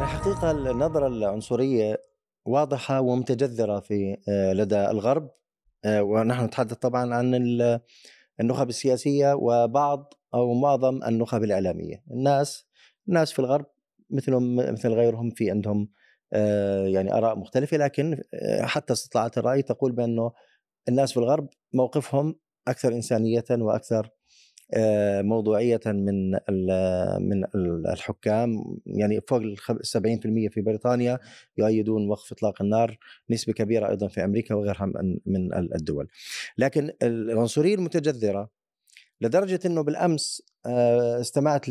الحقيقة النظرة العنصرية واضحة ومتجذرة في لدى الغرب. ونحن نتحدث طبعا عن النخب السياسية وبعض أو معظم النخب الإعلامية. الناس في الغرب مثلهم مثل غيرهم في عندهم يعني آراء مختلفة، لكن حتى استطلاعات الرأي تقول بأنه الناس في الغرب موقفهم أكثر إنسانية وأكثر موضوعية من الحكام. يعني فوق 70% في بريطانيا يؤيدون وقف إطلاق النار، نسبة كبيرة أيضا في أمريكا وغيرها من الدول. لكن العنصرية المتجذرة لدرجة أنه بالأمس استمعت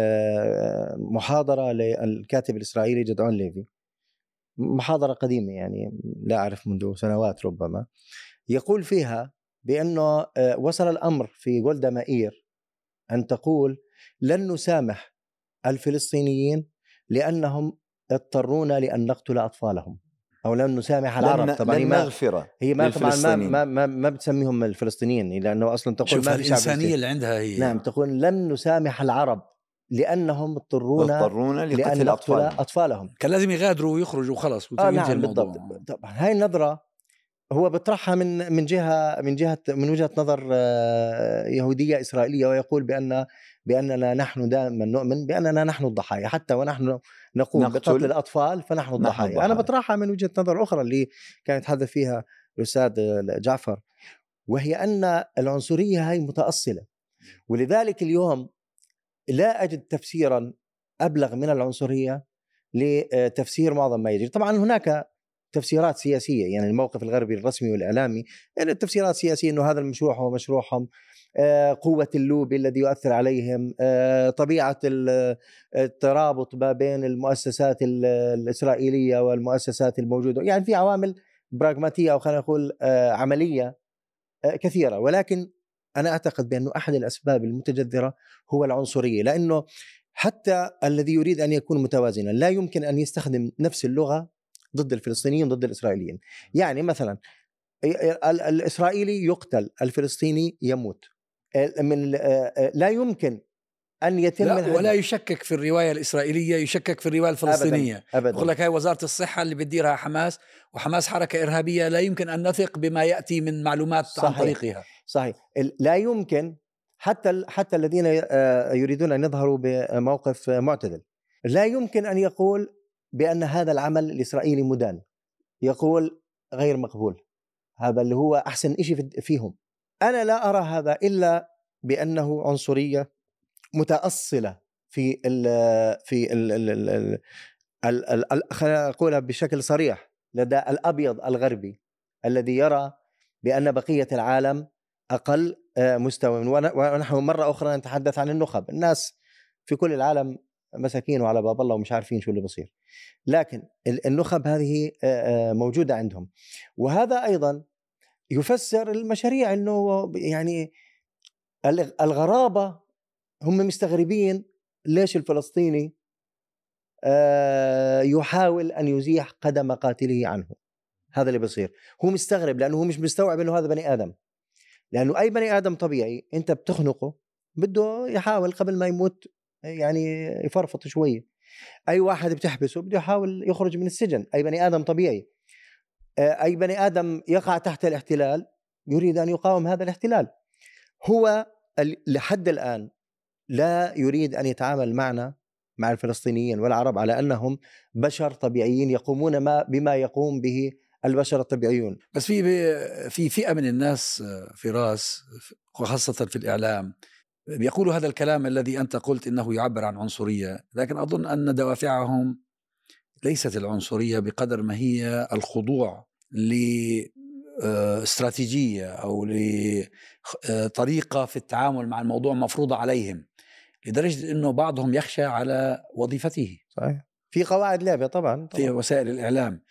لمحاضرة للكاتب الإسرائيلي جدعون ليفي، محاضرة قديمة يعني لا أعرف منذ سنوات ربما، يقول فيها بأنه وصل الأمر في جولدا مائير أن تقول لن نسامح الفلسطينيين لأنهم اضطرونا لأن نقتل أطفالهم، أو لن نسامح العرب. طبعا لن نغفر هي ما طبعا للفلسطينيين. ما بتسميهم الفلسطينيين، لأنه أصلا تقول ما في شعب الإنسانية اللي عندها هي. نعم، تقول لن نسامح العرب لأنهم اضطرونا لقتل لأن نقتل أطفالهم. كان لازم يغادروا ويخرجوا وخلص وينتهي نعم الموضوع. بالضبط. طبعا هاي النظرة هو بيطرحها من وجهة نظر يهودية إسرائيلية، ويقول بأننا نحن دائما نؤمن بأننا نحن الضحايا، حتى ونحن نقوم بقتل الأطفال فنحن الضحايا. أنا بطرحها من وجهة نظر أخرى اللي كان يتحدث فيها الأستاذ جعفر، وهي أن العنصرية هي متأصلة، ولذلك اليوم لا أجد تفسيرا أبلغ من العنصرية لتفسير معظم ما يجري. طبعا هناك تفسيرات سياسية، يعني الموقف الغربي الرسمي والإعلامي يعني التفسيرات السياسية أنه هذا المشروع هو مشروعهم، قوة اللوبي الذي يؤثر عليهم، طبيعة الترابط ما بين المؤسسات الإسرائيلية والمؤسسات الموجودة، يعني في عوامل براغماتية أو خلينا نقول عملية كثيرة. ولكن أنا أعتقد بأنه أحد الأسباب المتجذرة هو العنصرية، لأنه حتى الذي يريد أن يكون متوازنا لا يمكن أن يستخدم نفس اللغة ضد الفلسطينيين ضد الإسرائيليين. يعني مثلا الإسرائيلي يقتل، الفلسطيني يموت، لا يمكن أن يتم ولا يشكك في الرواية الإسرائيلية، يشكك في الرواية الفلسطينية. أبداً. يقول لك هاي وزارة الصحة اللي بتديرها حماس، وحماس حركة إرهابية لا يمكن أن نثق بما يأتي من معلومات عن طريقها. صحيح. لا يمكن حتى الذين يريدون أن يظهروا بموقف معتدل لا يمكن أن يقول بأن هذا العمل الإسرائيلي مدان، يقول غير مقبول، هذا اللي هو أحسن إشي فيهم. أنا لا أرى هذا إلا بأنه عنصرية متأصلة في خلينا أقولها بشكل صريح لدى الأبيض الغربي الذي يرى بأن بقية العالم أقل مستوى. ونحن مرة أخرى نتحدث عن النخب، الناس في كل العالم مساكين وعلى باب الله ومش عارفين شو اللي بصير، لكن النخب هذه موجودة عندهم. وهذا أيضا يفسر المشاريع، أنه يعني الغرابة، هم مستغربين ليش الفلسطيني يحاول أن يزيح قدم قاتله عنه. هذا اللي بصير، هو مستغرب لأنه هو مش مستوعب أنه هذا بني آدم، لأنه أي بني آدم طبيعي أنت بتخنقه بده يحاول قبل ما يموت يعني يفرفط شوية. أي واحد بتحبسه بده يحاول يخرج من السجن، أي بني آدم طبيعي. أي بني آدم يقع تحت الاحتلال يريد أن يقاوم هذا الاحتلال. هو لحد الآن لا يريد أن يتعامل مع الفلسطينيين والعرب على أنهم بشر طبيعيين يقومون بما يقوم به البشر الطبيعيون. بس في فئة من الناس فراس، وخاصة في الإعلام، بيقولوا هذا الكلام الذي أنت قلت إنه يعبر عن عنصرية، لكن أظن أن دوافعهم ليست العنصرية بقدر ما هي الخضوع لاستراتيجية أو لطريقة في التعامل مع الموضوع مفروضة عليهم، لدرجة أنه بعضهم يخشى على وظيفته. صحيح، في قواعد لعبة طبعا في وسائل الإعلام.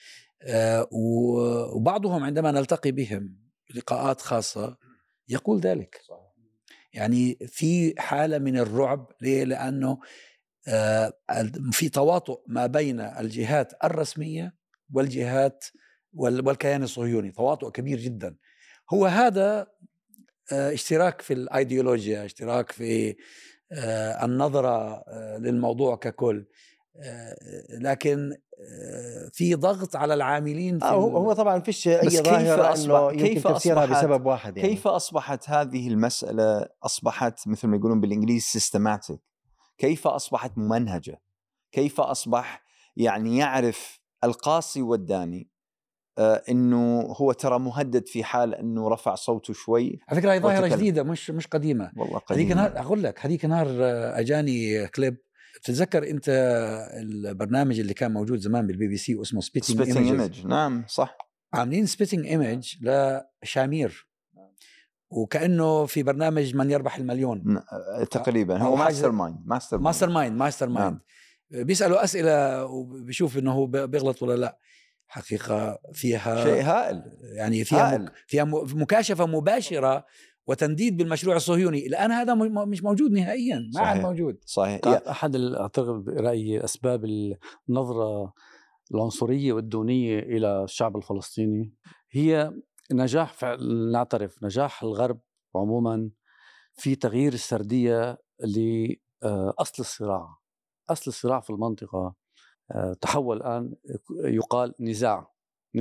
وبعضهم عندما نلتقي بهم لقاءات خاصة يقول ذلك. يعني في حالة من الرعب. ليه؟ لأنه في تواطؤ ما بين الجهات الرسمية والجهات والكيان الصهيوني، تواطؤ كبير جدا. هو هذا اشتراك في الأيديولوجيا، اشتراك في النظرة للموضوع ككل. لكن في ضغط على العاملين في هو طبعا فيش أي ظاهرة أنه يمكن تفسيرها بسبب واحد يعني. كيف أصبحت هذه المسألة مثل ما يقولون بالإنجليزي systematic؟ كيف أصبحت ممنهجة؟ كيف أصبح يعني يعرف القاصي والداني انه هو ترى مهدد في حال انه رفع صوته شوي؟ على فكره هي ظاهره جديده مش قديمه. والله هذيك نهار اقول لك، هذيك نهار اجاني كليب. بتتذكر انت البرنامج اللي كان موجود زمان بالبي بي سي واسمه سبيتنج ايمج؟ نعم صح. عاملين سبيتنج ايمج لشامير، وكانه في برنامج من يربح المليون تقريبا. هو ماستر مايند. بيسالوا اسئله وبيشوف انه هو بيغلط ولا لا. حقيقة فيها شيء هائل، يعني فيها مكاشفة مباشرة وتنديد بالمشروع الصهيوني. الآن هذا مش موجود نهائيا، ما عاد موجود. صحيح. أحد أعتقد برأيي أسباب النظرة العنصرية والدونية إلى الشعب الفلسطيني هي نجاح، نعترف نجاح الغرب عموما في تغيير السردية لأصل الصراع. أصل الصراع في المنطقة تحول الآن يقال نزاع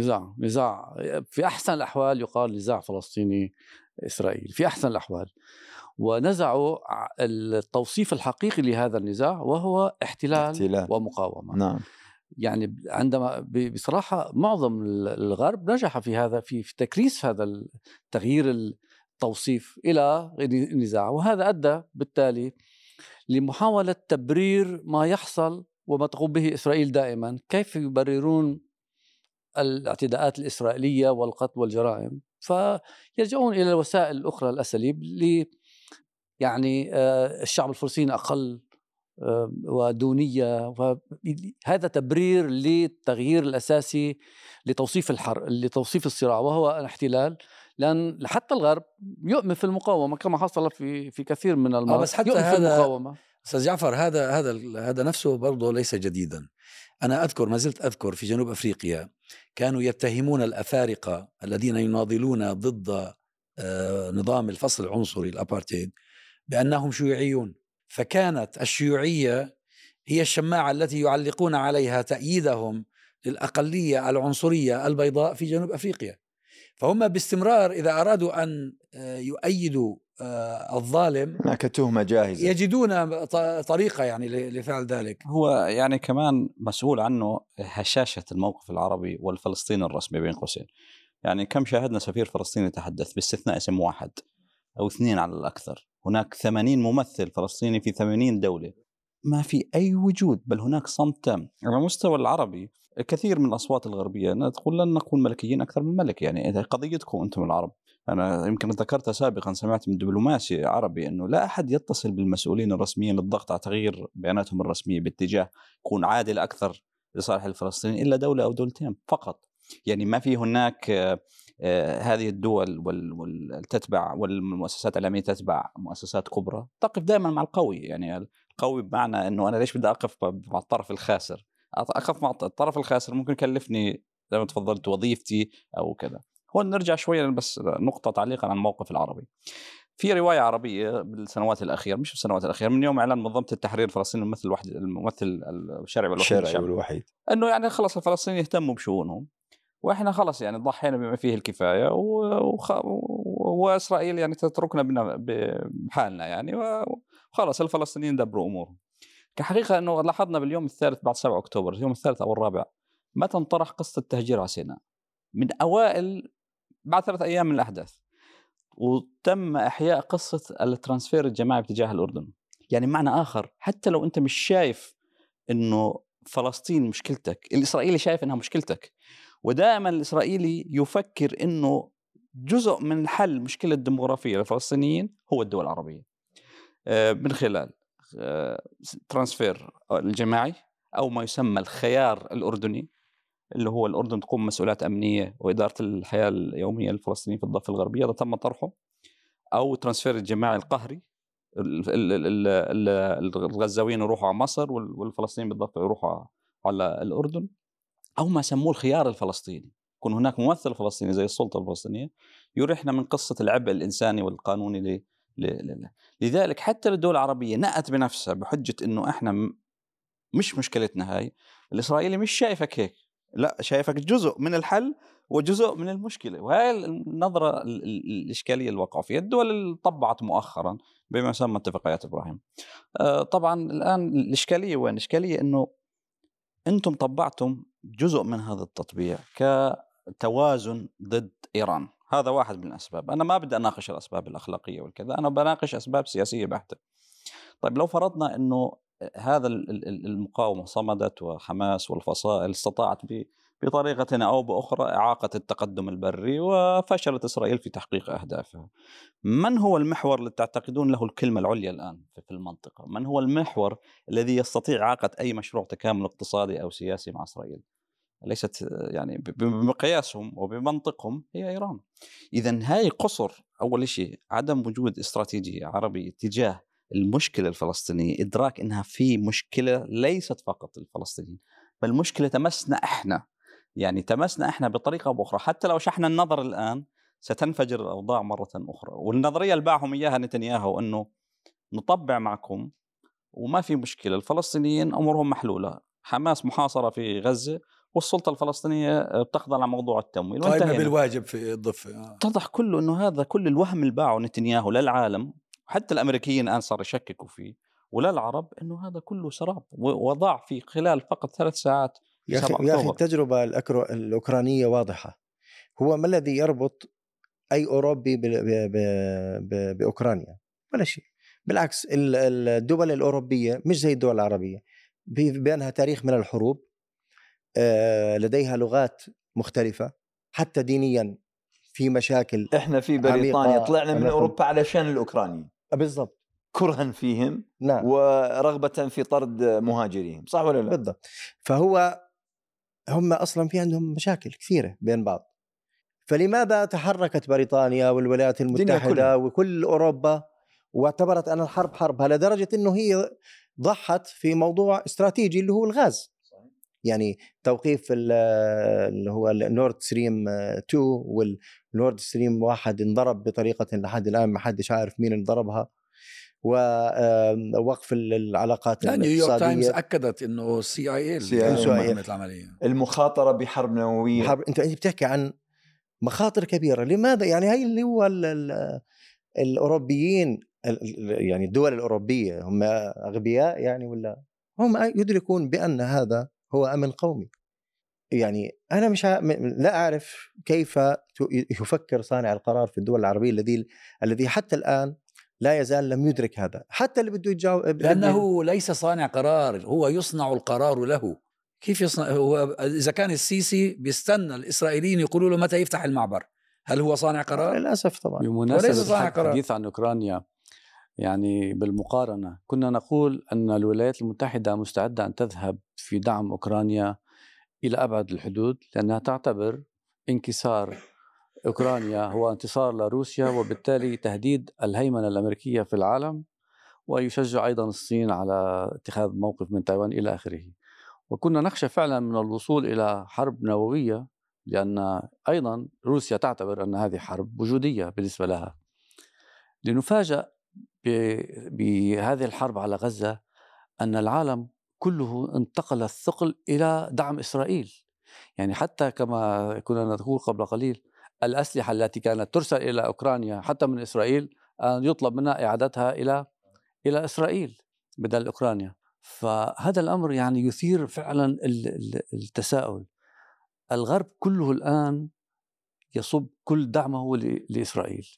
في أحسن الأحوال يقال نزاع فلسطيني إسرائيل في أحسن الأحوال، ونزعوا التوصيف الحقيقي لهذا النزاع وهو احتلال ومقاومة. نعم. يعني عندما بصراحة معظم الغرب نجح في هذا، في تكريس هذا التغيير التوصيف إلى النزاع، وهذا أدى بالتالي لمحاولة تبرير ما يحصل وما تقوم به إسرائيل دائما. كيف يبررون الاعتداءات الإسرائيلية والقتل والجرائم؟ فيرجعون إلى الوسائل الأخرى، الأساليب يعني الشعب الفلسطيني أقل ودونية، وهذا تبرير للتغيير الأساسي لتوصيف الصراع وهو الاحتلال. لأن حتى الغرب يؤمن في المقاومة كما حصل في كثير من المرات. بس حتى هذا المقاومة. أستاذ جعفر، هذا نفسه برضه ليس جديدا. أنا ما زلت أذكر في جنوب أفريقيا كانوا يتهمون الأفارقة الذين يناضلون ضد نظام الفصل العنصري الأبارتيد بأنهم شيوعيون، فكانت الشيوعية هي الشماعة التي يعلقون عليها تأييدهم للأقلية العنصرية البيضاء في جنوب أفريقيا. فهم باستمرار إذا أرادوا أن يؤيدوا الظالم هناك تهمة جاهزة، يجدون طريقة يعني لفعل ذلك. هو يعني كمان مسؤول عنه هشاشة الموقف العربي والفلسطيني الرسمي بين قوسين. يعني كم شاهدنا سفير فلسطيني يتحدث باستثناء اسم واحد أو اثنين على الأكثر. هناك 80 ممثل فلسطيني في 80 دولة، ما في أي وجود، بل هناك صمت تام. على المستوى العربي كثير من الأصوات الغربية تقول لن نكون ملكيين أكثر من ملك، يعني قضيتكم أنتم العرب. أنا يمكن ذكرتها سابقا، سمعت من دبلوماسي عربي أنه لا أحد يتصل بالمسؤولين الرسميين للضغط على تغيير بياناتهم الرسمية باتجاه يكون عادل أكثر لصالح الفلسطينيين إلا دولة أو دولتين فقط. يعني ما في هناك هذه الدول والتتبع والمؤسسات الإعلامية تتبع مؤسسات كبرى تقف دائما مع القوي. يعني القوي بمعنى أنه أنا ليش بدي أقف مع الطرف الخاسر؟ أقف مع الطرف الخاسر ممكن يكلفني زي ما تفضلت وظيفتي أو كذا. هون نرجع شوية بس نقطة تعليقا عن الموقف العربي. في رواية عربية بالسنوات الأخيرة، مش بالسنوات الأخيرة، من يوم إعلان منظمة التحرير الفلسطيني الممثل الشرعي والوحيد أنه يعني خلص الفلسطينيين يهتموا بشؤونهم وإحنا خلص يعني ضحينا بما فيه الكفاية وإسرائيل يعني تتركنا بحالنا يعني، وخلص الفلسطينيين دبروا أمورهم. كحقيقة أنه لاحظنا باليوم الثالث بعد 7 أكتوبر، اليوم الثالث أو الرابع، ما تنطرح قصة التهجير على سيناء من أوائل بعد 3 أيام من الأحداث، وتم إحياء قصة الترانسفير الجماعي باتجاه الأردن. يعني معنى آخر، حتى لو أنت مش شايف أنه فلسطين مشكلتك، الإسرائيلي شايف أنها مشكلتك. ودائما الإسرائيلي يفكر أنه جزء من الحل مشكلة الديمغرافية للفلسطينيين هو الدول العربية من خلال ترانسفير الجماعي أو ما يسمى الخيار الأردني، اللي هو الأردن تقوم مسؤوليات أمنية وإدارة الحياة اليومية للفلسطينيين في الضفة الغربية، هذا تم طرحه. أو ترانسفير الجماعي القهري، الغزاويين يروحوا على مصر والفلسطينيين بالضفة يروحوا على الأردن. أو ما سموه الخيار الفلسطيني، يكون هناك ممثل فلسطيني زي السلطة الفلسطينية يريحنا من قصة العبء الإنساني والقانوني لذلك حتى الدول العربية نأت بنفسها بحجة إنه إحنا مش مشكلتنا هاي. الإسرائيلي مش شايفك هيك، لا شايفك جزء من الحل وجزء من المشكلة. وهي النظرة الإشكالية اللي وقعوا فيها الدول اللي طبعت مؤخرا بما يسمى اتفاقيات إبراهيم. طبعا الآن الإشكالية وين؟ الإشكالية إنه أنتم طبعتم جزء من هذا التطبيع كتوازن ضد إيران. هذا واحد من الأسباب. أنا ما بدي أناقش الأسباب الأخلاقية والكذا، أنا بناقش أسباب سياسية بحتة. طيب لو فرضنا أنه هذا المقاومة صمدت وحماس والفصائل استطاعت بطريقة أو بأخرى إعاقة التقدم البري وفشلت إسرائيل في تحقيق أهدافها، من هو المحور اللي تعتقدون له الكلمة العليا الآن في المنطقة؟ من هو المحور الذي يستطيع إعاقة أي مشروع تكامل اقتصادي أو سياسي مع إسرائيل؟ ليست يعني بمقياسهم وبمنطقهم هي إيران. إذن هاي قصر أول شيء عدم وجود استراتيجية عربية تجاه المشكلة الفلسطينية، إدراك أنها في مشكلة ليست فقط الفلسطينيين بل مشكلة تمسنا إحنا، يعني تمسنا إحنا بطريقة أو بأخرى. حتى لو شحنا النظر الآن ستنفجر الأوضاع مرة أخرى. والنظرية اللي باعهم إياها نتنياهو أنه نطبع معكم وما في مشكلة، الفلسطينيين أمورهم محلولة، حماس محاصرة في غزة والسلطة الفلسطينية بتخضع لموضوع التمويل قائمة بالواجب في الضفة. اتضح كله أنه هذا كل الوهم اللي باعه نتنياهو للعالم، حتى الأمريكيين الآن صار يشككوا فيه، وللعرب أنه هذا كله سراب، وضاع في خلال فقط 3 ساعات. يا أخي التجربة الأوكرانية واضحة. هو ما الذي يربط أي أوروبي بأوكرانيا؟ ولا شيء. بالعكس الدول الأوروبية مش زي الدول العربية، بينها تاريخ من الحروب، لديها لغات مختلفة، حتى دينيا في مشاكل. احنا في بريطانيا طلعنا من أوروبا علشان الأوكرانيين بالضبط، كرها فيهم. نعم. ورغبة في طرد مهاجرين، صح ولا لا؟ بالضبط. فهو هم أصلا في عندهم مشاكل كثيرة بين بعض. فلماذا تحركت بريطانيا والولايات المتحدة وكل أوروبا واعتبرت أن الحرب حربها، لدرجة أنه هي ضحت في موضوع استراتيجي اللي هو الغاز. يعني توقيف اللي هو النورد ستريم 2 والنورد ستريم 1 انضرب بطريقة لحد الآن ما حدش عارف مين انضربها، ووقف العلاقات الاقتصادية. نيويورك تايمز أكدت أنه CIA العملية المخاطرة بحرب نووية. أنت بتحكي عن مخاطر كبيرة. لماذا؟ يعني هاي اللي هو الأوروبيين، يعني الدول الأوروبية هم أغبياء يعني، ولا هم يدركون بأن هذا هو أمن قومي؟ يعني أنا لا أعرف كيف يفكر صانع القرار في الدول العربية الذي حتى الآن لا يزال لم يدرك هذا، حتى اللي بده يتجاوب، لأنه ليس صانع قرار، هو يصنع القرار له. كيف يصنع؟ هو إذا كان السيسي بيستنى الإسرائيليين يقولوا له متى يفتح المعبر، هل هو صانع قرار؟ للأسف طبعا. بمناسبة الحديث عن أوكرانيا، يعني بالمقارنة كنا نقول أن الولايات المتحدة مستعدة أن تذهب في دعم أوكرانيا إلى أبعد الحدود، لأنها تعتبر انكسار أوكرانيا هو انتصار لروسيا، وبالتالي تهديد الهيمنة الأمريكية في العالم، ويشجع أيضا الصين على اتخاذ موقف من تايوان إلى آخره. وكنا نخشى فعلا من الوصول إلى حرب نووية، لأن أيضا روسيا تعتبر أن هذه حرب وجودية بالنسبة لها. لنفاجأ بهذه الحرب على غزة أن العالم كله انتقل الثقل إلى دعم إسرائيل. يعني حتى كما كنا نقول قبل قليل، الأسلحة التي كانت ترسل إلى أوكرانيا حتى من إسرائيل أن يطلب منها إعادتها إلى إسرائيل بدل أوكرانيا. فهذا الأمر يعني يثير فعلا التساؤل. الغرب كله الآن يصب كل دعمه لإسرائيل،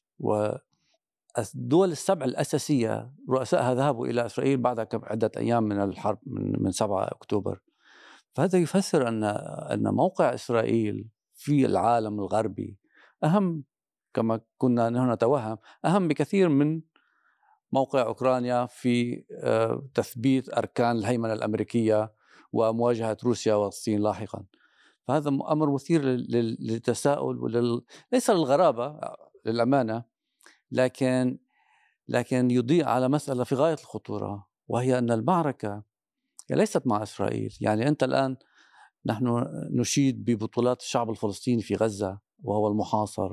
والدول السبع الأساسية رؤسائها ذهبوا إلى إسرائيل بعد عدة أيام من الحرب من 7 أكتوبر. فهذا يفسر أن موقع إسرائيل في العالم الغربي أهم، كما كنا نحن نتوهم، أهم بكثير من موقع أوكرانيا في تثبيت أركان الهيمنة الأمريكية ومواجهة روسيا والصين لاحقا. فهذا أمر مثير للتساؤل ليس للغرابة للأمانة، لكن يضيء على مسألة في غاية الخطورة، وهي أن المعركة ليست مع إسرائيل. يعني أنت الآن نحن نشيد ببطولات الشعب الفلسطيني في غزة وهو المحاصر،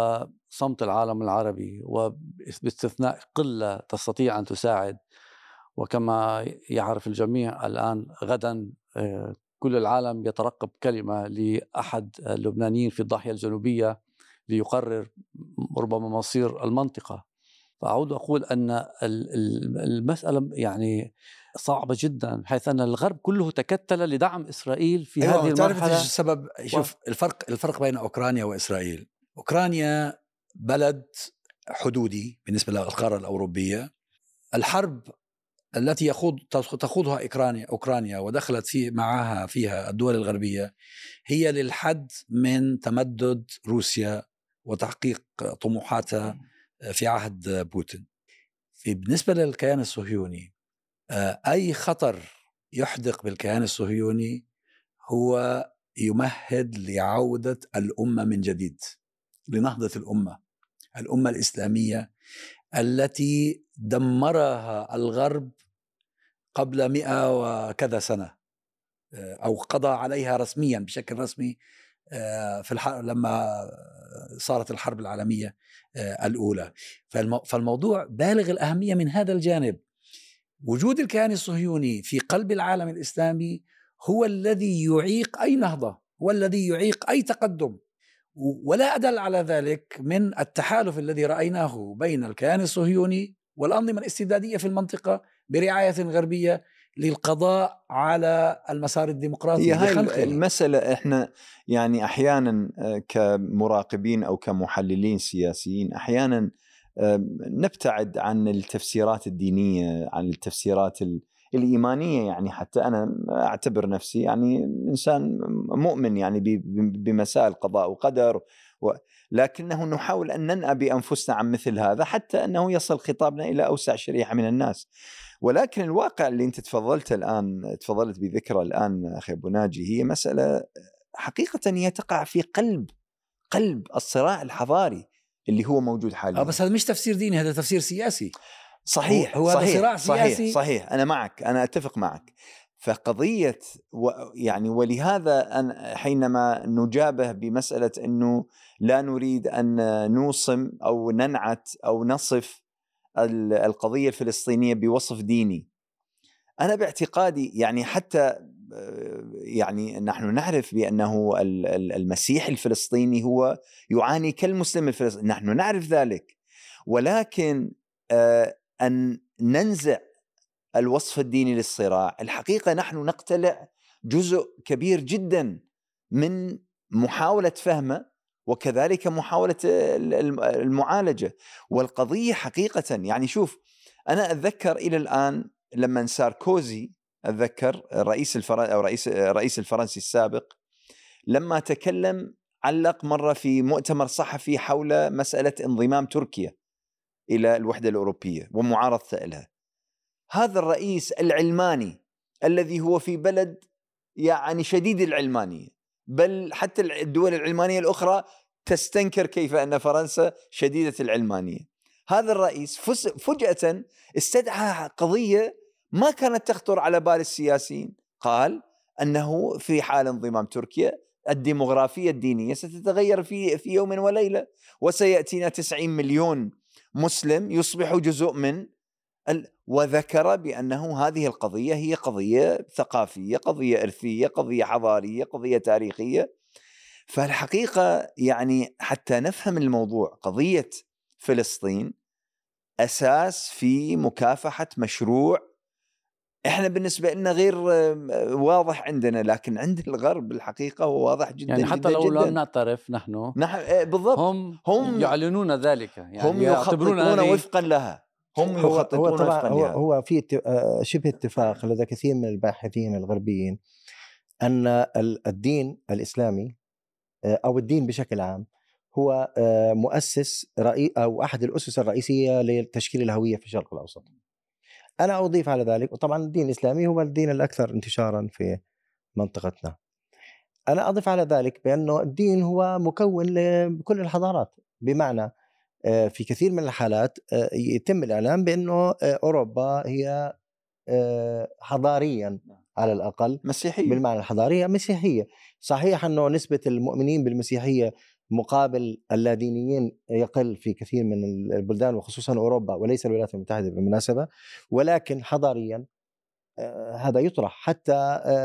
وصمت العالم العربي، وباستثناء قلة تستطيع أن تساعد، وكما يعرف الجميع الآن غدا كل العالم يترقب كلمة لأحد اللبنانيين في الضاحية الجنوبية ليقرر ربما مصير المنطقة. فأعود أقول أن المسألة يعني صعبة جدا، حيث أن الغرب كله تكتل لدعم إسرائيل في هذه المرحلة. تعرف ايش السبب؟ شوف الفرق بين أوكرانيا وإسرائيل. أوكرانيا بلد حدودي بالنسبة للقارة الأوروبية. الحرب التي تخوضها أوكرانيا ودخلت معها فيها الدول الغربية هي للحد من تمدد روسيا وتحقيق طموحاتها في عهد بوتين. بالنسبة للكيان الصهيوني أي خطر يحدق بالكيان الصهيوني هو يمهد لعودة الأمة من جديد، لنهضة الأمة الإسلامية التي دمرها الغرب قبل 100 وكذا سنة، أو قضى عليها رسميا بشكل رسمي لما صارت الحرب العالمية الأولى. فالموضوع بالغ الأهمية من هذا الجانب. وجود الكيان الصهيوني في قلب العالم الإسلامي هو الذي يعيق أي نهضة، هو الذي يعيق أي تقدم. ولا أدل على ذلك من التحالف الذي رأيناه بين الكيان الصهيوني والأنظمة الاستبدادية في المنطقة برعاية غربية للقضاء على المسار الديمقراطي. هاي المسألة احنا يعني أحيانا كمراقبين أو كمحللين سياسيين أحيانا نبتعد عن التفسيرات الدينية، عن التفسيرات الإيمانية. يعني حتى أنا أعتبر نفسي يعني إنسان مؤمن يعني بمسائل قضاء وقدر، لكنه نحاول أن ننأى بأنفسنا عن مثل هذا حتى أنه يصل خطابنا إلى أوسع شريحة من الناس. ولكن الواقع اللي أنت تفضلت بذكره الآن أخي أبو ناجي هي مسألة حقيقة هي تقع في قلب الصراع الحضاري اللي هو موجود حاليا. بس هذا مش تفسير ديني، هذا تفسير سياسي. صحيح، هو هذا صراع سياسي. صحيح أنا معك، أنا أتفق معك. فقضية يعني ولهذا أن حينما نجابه بمسألة أنه لا نريد أن نوصم أو ننعت أو نصف القضية الفلسطينية بوصف ديني، أنا باعتقادي يعني حتى يعني نحن نعرف بأنه المسيح الفلسطيني هو يعاني كالمسلم الفلسطيني، نحن نعرف ذلك. ولكن أن ننزع الوصف الديني للصراع، الحقيقة نحن نقتلع جزء كبير جدا من محاولة فهمه وكذلك محاولة المعالجة. والقضية حقيقة يعني شوف، أنا أتذكر إلى الآن لما ساركوزي، أتذكر رئيس الفرنسي السابق، لما تكلم علق مرة في مؤتمر صحفي حول مسألة انضمام تركيا إلى الوحدة الأوروبية ومعارضتها لها. هذا الرئيس العلماني الذي هو في بلد يعني شديد العلمانية، بل حتى الدول العلمانية الأخرى تستنكر كيف أن فرنسا شديدة العلمانية، هذا الرئيس فجأة استدعى قضية ما كانت تخطر على بال السياسيين، قال أنه في حال انضمام تركيا الديموغرافية الدينية ستتغير في يوم وليلة، وسيأتينا 90 مليون مسلم يصبح جزء من وذكر بأنه هذه القضية هي قضية ثقافية، قضية إرثية، قضية حضارية، قضية تاريخية. فالحقيقة يعني حتى نفهم الموضوع، قضية فلسطين أساس في مكافحة مشروع احنا بالنسبة لنا غير واضح عندنا، لكن عند الغرب الحقيقة هو واضح جدا. يعني حتى جداً لو جداً. لم نعترف نحن بالضبط هم يعلنون ذلك، يعني هم يخططون وفقا لها، هم يخططون وفقا لها. هو في شبه اتفاق لدى كثير من الباحثين الغربيين أن الدين الإسلامي أو الدين بشكل عام هو مؤسس أو أحد الأسس الرئيسية لتشكيل الهوية في الشرق الأوسط. أنا أضيف على ذلك، وطبعا الدين الإسلامي هو الدين الأكثر انتشارا في منطقتنا، أنا أضيف على ذلك بأنه الدين هو مكون لكل الحضارات، بمعنى في كثير من الحالات يتم الإعلام بأنه أوروبا هي حضاريا على الأقل مسيحية، بالمعنى الحضارية مسيحية. صحيح أنه نسبة المؤمنين بالمسيحية مقابل اللادينيين يقل في كثير من البلدان وخصوصا أوروبا وليس الولايات المتحدة بالمناسبة، ولكن حضاريا هذا يطرح. حتى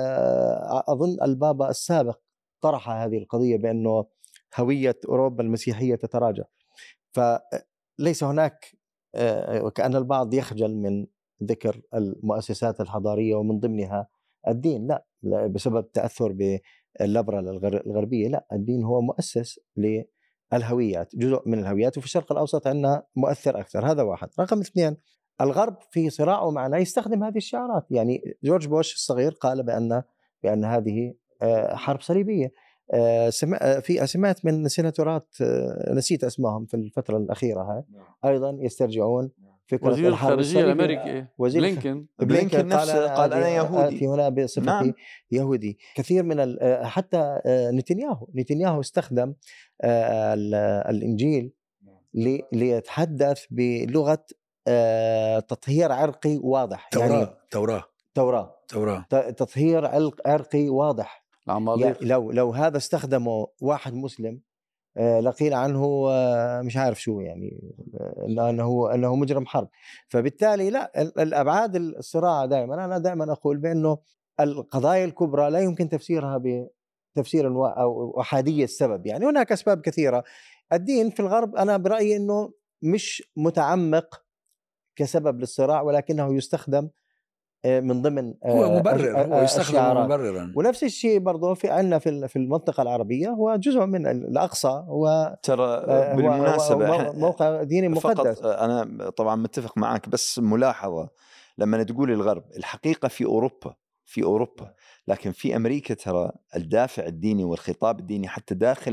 أظن البابا السابق طرح هذه القضية بأنه هوية أوروبا المسيحية تتراجع. فليس هناك وكأن البعض يخجل من ذكر المؤسسات الحضارية ومن ضمنها الدين. لا بسبب تأثر باللبرة الغربية، لا، الدين هو مؤسس للهويات، جزء من الهويات، وفي الشرق الأوسط عندنا مؤثر أكثر. هذا واحد. رقم 2، الغرب في صراعه معنا يستخدم هذه الشعارات. يعني جورج بوش الصغير قال بأن هذه حرب صليبية. سمعت من سيناتورات نسيت اسمائهم في الفترة الأخيرة هاي أيضا يسترجعون فكرة وزير الحرب الخارجية الصليبية. الأمريكي بلينكن نفسه قال أنا يهودي في هنا بصفتي نعم. يهودي. كثير من حتى نتنياهو استخدم الإنجيل ليتحدث بلغة تطهير عرقي واضح. يعني توراة تطهير عرقي واضح. يعني لو هذا استخدمه واحد مسلم لقيل عنه مش عارف شو، يعني انه مجرم حرب. فبالتالي لا، الابعاد الصراع دائما، انا دائما اقول بانه القضايا الكبرى لا يمكن تفسيرها بتفسير او احاديه السبب. يعني هناك اسباب كثيره. الدين في الغرب انا برايي انه مش متعمق كسبب للصراع، ولكنه يستخدم من ضمن هو مبرر، هو يستخدم مبررا. ونفس الشيء برضه في عندنا في المنطقة العربية، هو جزء من الأقصى، هو ترى بالمناسبة موقع ديني مقدس. فقط أنا طبعا متفق معك، بس ملاحظة لما تقول الغرب، الحقيقة في أوروبا لكن في أمريكا ترى الدافع الديني والخطاب الديني حتى داخل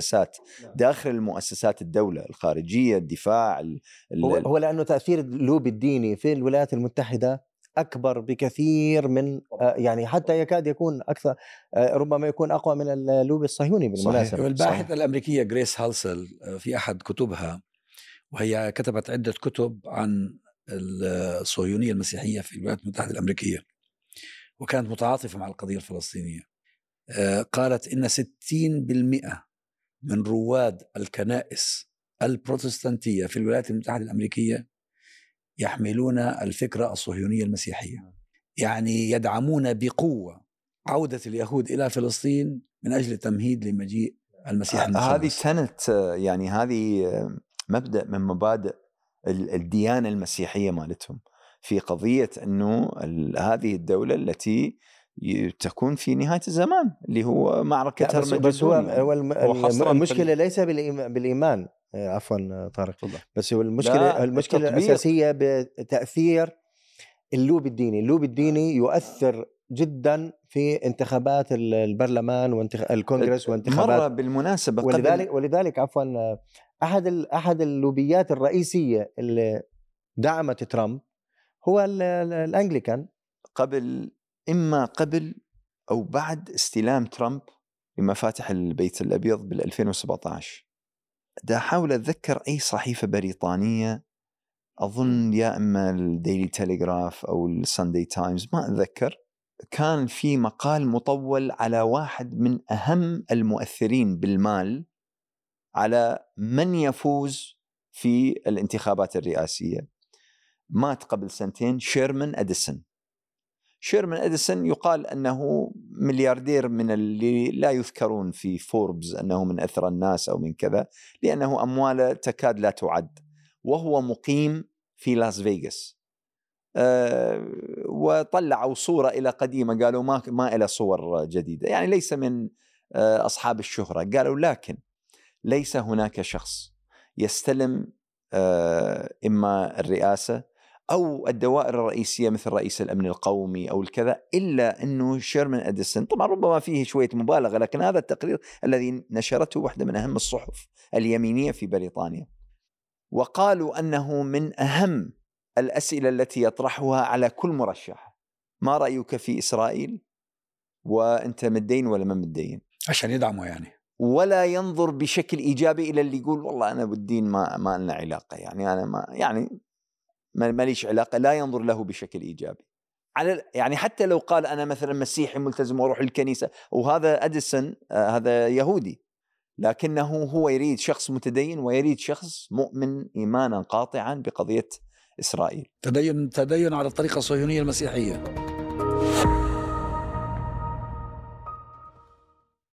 المؤسسات الدولة الخارجية، الدفاع هو لأنه تأثير اللوب الديني في الولايات المتحدة أكبر بكثير من يعني حتى يكاد يكون أكثر، ربما يكون أقوى من اللوب الصهيوني بالمناسبة. والباحثة الأمريكية غريس هالسل في أحد كتبها، وهي كتبت عدة كتب عن الصهيونية المسيحية في الولايات المتحدة الأمريكية، وكانت متعاطفة مع القضية الفلسطينية. قالت إن 60% من رواد الكنائس البروتستانتية في الولايات المتحدة الأمريكية يحملون الفكرة الصهيونية المسيحية، يعني يدعمون بقوة عودة اليهود إلى فلسطين من أجل التمهيد لمجيء المسيح المخلص. هذه كانت يعني هذه مبدأ من مبادئ الديانة المسيحية مالتهم في قضية أنه هذه الدولة التي تكون في نهاية الزمان اللي هو معركة هرمجدون. بس هو المشكلة ليس بالإيمان، عفوا طارق، بس هو المشكلة الأساسية بتأثير اللوب الديني يؤثر جدا في انتخابات البرلمان والكونغرس وانتخابات مرة بالمناسبة ولذلك عفوا أحد اللوبيات الرئيسية اللي دعمت ترامب هو الأنجليكان إما قبل أو بعد استلام ترامب لمفاتح البيت الأبيض بال2017. دا أحاول أتذكر أي صحيفة بريطانية، أظن يا إما الديلي تيليغراف أو الساندي تايمز، ما أتذكر، كان في مقال مطول على واحد من أهم المؤثرين بالمال على من يفوز في الانتخابات الرئاسية. مات قبل 2 سنين شيرمان أديسون يقال أنه ملياردير من اللي لا يذكرون في فوربس أنه من أثرى الناس أو من كذا، لأنه أمواله تكاد لا تعد، وهو مقيم في لاس فيغاس. وطلعوا صورة إلى قديمة، قالوا ما إلى صور جديدة، يعني ليس من أصحاب الشهرة. قالوا لكن ليس هناك شخص يستلم إما الرئاسة أو الدوائر الرئيسية مثل رئيس الأمن القومي أو الكذا إلا أنه شيرمان أديسون. طبعا ربما فيه شوية مبالغة، لكن هذا التقرير الذي نشرته واحدة من أهم الصحف اليمينية في بريطانيا، وقالوا أنه من أهم الأسئلة التي يطرحها على كل مرشح: ما رأيك في إسرائيل؟ وأنت متدين ولا ما متدين؟ عشان يدعمه يعني، ولا ينظر بشكل إيجابي إلى اللي يقول والله أنا بالدين ما لنا علاقة، يعني أنا ما ليش علاقة، لا ينظر له بشكل إيجابي. يعني حتى لو قال أنا مثلا مسيحي ملتزم وأروح الكنيسة، وهذا أديسون هذا يهودي، لكنه هو يريد شخص متدين ويريد شخص مؤمن إيمانا قاطعا بقضية إسرائيل. تدين على الطريقة الصهيونية المسيحية.